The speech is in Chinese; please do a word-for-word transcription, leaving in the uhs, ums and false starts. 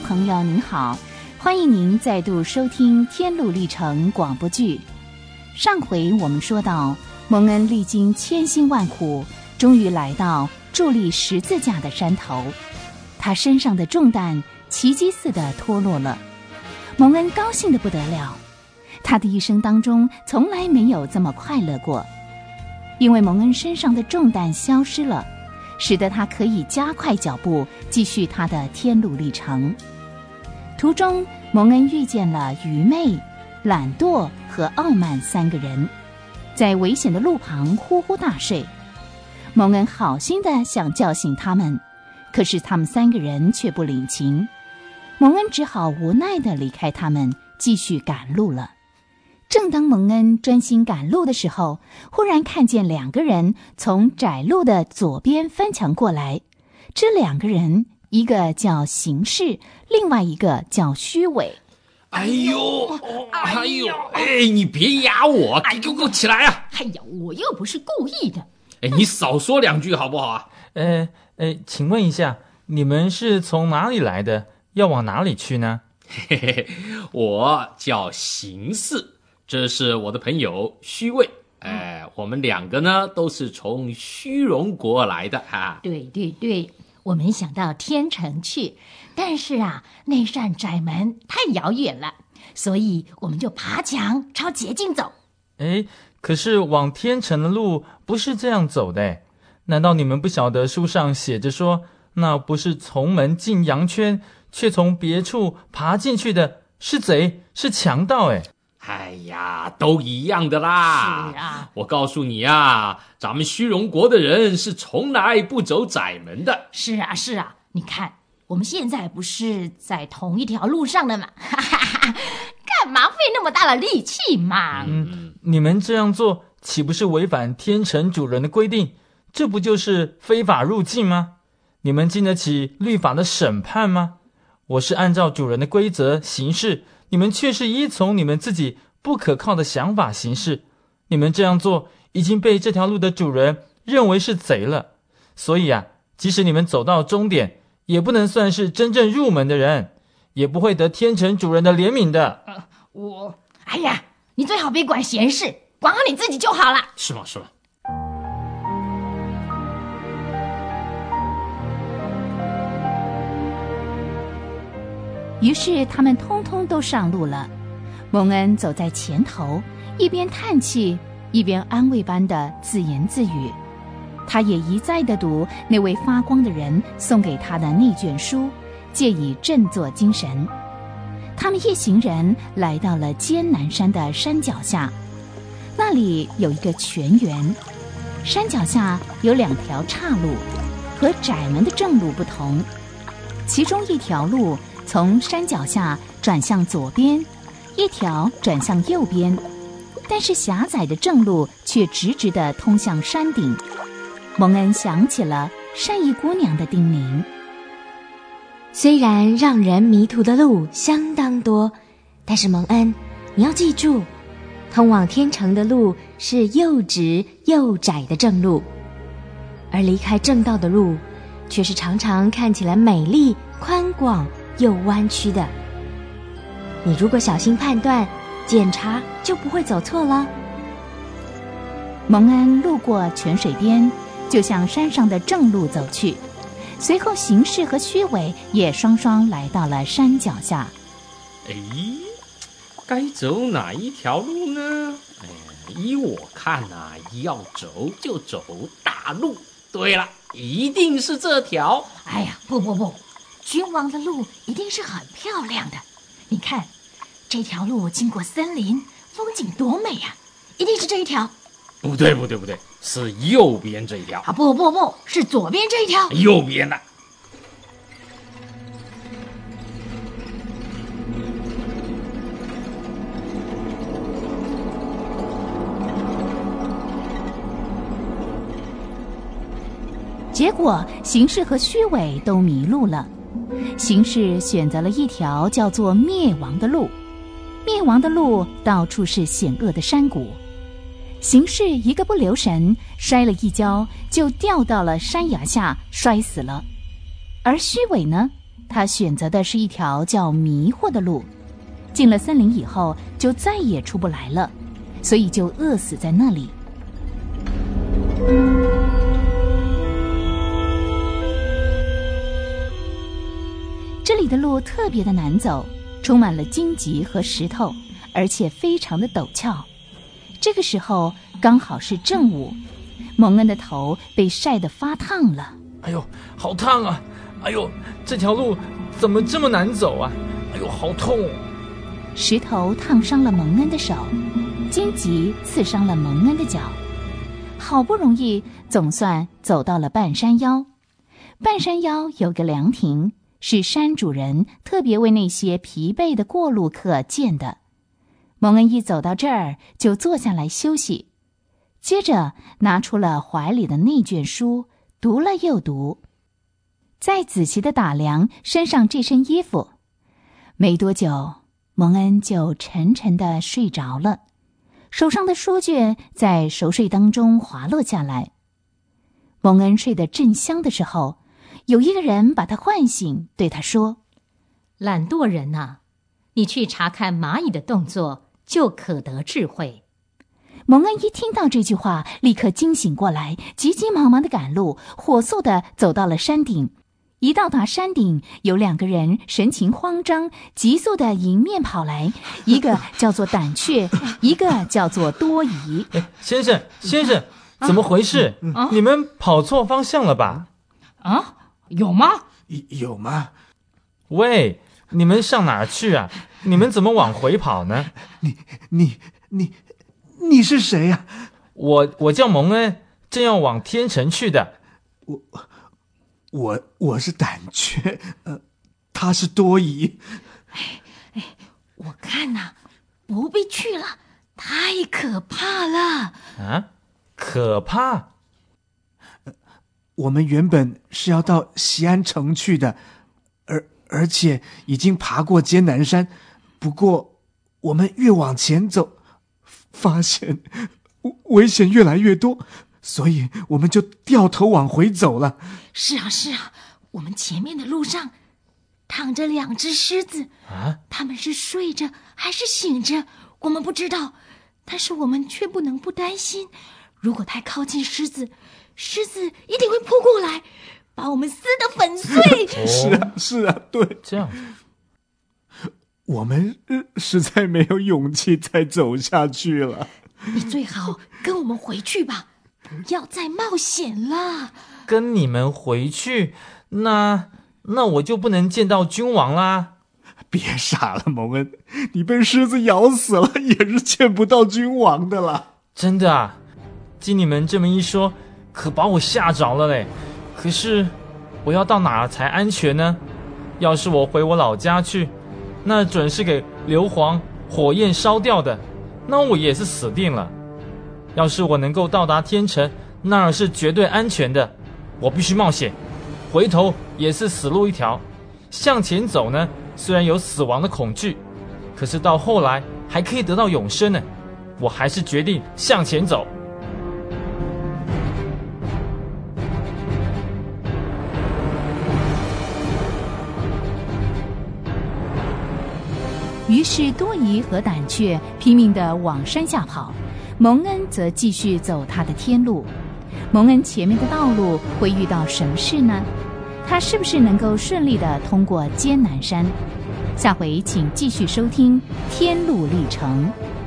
朋友您好，欢迎您再度收听天路历程广播剧。上回我们说到，蒙恩历经千辛万苦，终于来到伫立十字架的山头，他身上的重担奇迹似的脱落了。蒙恩高兴得不得了，他的一生当中从来没有这么快乐过，因为蒙恩身上的重担消失了，使得他可以加快脚步继续他的天路历程。途中蒙恩遇见了愚昧、懒惰和傲慢三个人，在危险的路旁呼呼大睡。蒙恩好心地想叫醒他们，可是他们三个人却不领情。蒙恩只好无奈地离开他们，继续赶路了。正当蒙恩专心赶路的时候，忽然看见两个人从窄路的左边翻墙过来。这两个人，一个叫行事，另外一个叫虚伪。 哎呦，哎呦，哎，你别压我，你给我起来啊！ 哎呀，我又不是故意的。 哎，你少说两句好不好啊？ 呃呃，请问一下，你们是从哪里来的？要往哪里去呢？ 嘿嘿嘿，我叫行事，这是我的朋友虚伪。哎，我们两个呢都是从虚荣国来的哈。 对对对，我们想到天城去，但是啊，那扇窄门太遥远了，所以我们就爬墙朝捷径走。 哎，可是往天城的路不是这样走的，难道你们不晓得书上写着说，那不是从门进羊圈，却从别处爬进去的是贼，是强盗？哎， 哎呀，都一样的啦。 是啊， 我告诉你啊，咱们虚荣国的人是从来不走窄门的。 是啊是啊，你看我们现在不是在同一条路上了吗？干嘛费那么大的力气嘛？ 嗯，你们这样做岂不是违反天城主人的规定？这不就是非法入境吗？你们经得起律法的审判吗？我是按照主人的规则行事，你们却是依从你们自己不可靠的想法行事。你们这样做已经被这条路的主人认为是贼了，所以啊，即使你们走到终点，也不能算是真正入门的人，也不会得天城主人的怜悯的。 呃，我，哎呀，你最好别管闲事，管好你自己就好了。 是吗？是吗？ 于是他们通通都上路了。蒙恩走在前头，一边叹气，一边安慰般的自言自语。他也一再地读那位发光的人送给他的那卷书，借以振作精神。他们一行人来到了艰难山的山脚下，那里有一个泉源。山脚下有两条岔路，和窄门的正路不同。其中一条路从山脚下转向左边，一条转向右边，但是狭窄的正路却直直地通向山顶。蒙恩想起了善意姑娘的叮咛， 虽然让人迷途的路相当多，但是蒙恩，你要记住，通往天城的路是又直又窄的正路，而离开正道的路却是常常看起来美丽、宽广又弯曲的。你如果小心判断、检查，就不会走错了。 蒙恩路过泉水边，就向山上的正路走去。随后行事和虚伪也双双来到了山脚下。 哎，该走哪一条路呢？哎，依我看啊，要走就走大路。对了，一定是这条。 哎呀，不不不，君王的路一定是很漂亮的。你看，这条路经过森林，风景多美啊！一定是这一条。 不对不对不对，是右边这一条。 啊，不不不，是左边这一条。 右边的。 结果行事和虚伪都迷路了。行事选择了一条叫做灭亡的路，灭亡的路到处是险恶的山谷。行事一个不留神，摔了一跤，就掉到了山崖下，摔死了。而虚伪呢， 他选择的是一条叫迷惑的路，进了森林以后就再也出不来了，所以就饿死在那里。这里的路特别的难走，充满了荆棘和石头，而且非常的陡峭。这个时候刚好是正午，蒙恩的头被晒得发烫了。 哎呦，好烫啊！哎呦，这条路怎么这么难走啊？哎呦，好痛！ 石头烫伤了蒙恩的手，荆棘刺伤了蒙恩的脚。好不容易总算走到了半山腰。半山腰有个凉亭，是山主人特别为那些疲惫的过路客建的。蒙恩一走到这儿就坐下来休息，接着拿出了怀里的那卷书，读了又读，再仔细地打量身上这身衣服。没多久，蒙恩就沉沉地睡着了，手上的书卷在熟睡当中滑落下来。蒙恩睡得正香的时候，有一个人把他唤醒，对他说： 懒惰人啊，你去查看蚂蚁的动作，就可得智慧。 蒙恩一听到这句话，立刻惊醒过来，急急忙忙地赶路，火速地走到了山顶。一到达山顶，有两个人神情慌张，急速地迎面跑来，一个叫做胆怯，一个叫做多疑。 哎，先生，先生，怎么回事？ 啊、 你们跑错方向了吧？ 啊，有吗？ 有吗？ 喂，你们上哪儿去啊？你们怎么往回跑呢？ 你你你你是谁呀、啊？ 我我叫蒙恩，正要往天城去的。 我我我是胆怯，呃，他是多疑。 哎哎，我看呐、啊，不必去了，太可怕了。 啊，可怕？ 我们原本是要到西安城去的，而而且已经爬过艰难山，不过我们越往前走，发现危险越来越多，所以我们就掉头往回走了。 是啊是啊，我们前面的路上躺着两只狮子啊， 他们是睡着还是醒着我们不知道，但是我们却不能不担心，如果太靠近狮子，狮子一定会扑过来，把我们撕得粉碎。 是啊是啊，对， 这样我们实在没有勇气再走下去了。 你最好跟我们回去吧，不要再冒险了。 跟你们回去，那那我就不能见到君王啦。 别傻了，蒙恩，你被狮子咬死了，也是见不到君王的了。 真的啊？经你们这么一说，可把我吓着了嘞。可是我要到哪儿才安全呢？要是我回我老家去，那准是给硫磺火焰烧掉的，那我也是死定了。要是我能够到达天城，那儿是绝对安全的，我必须冒险，回头也是死路一条。向前走呢，虽然有死亡的恐惧，可是到后来还可以得到永生呢。我还是决定向前走。 于是多疑和胆怯拼命地往山下跑，蒙恩则继续走他的天路。蒙恩前面的道路会遇到什么事呢？他是不是能够顺利地通过艰难山？下回请继续收听《天路历程》。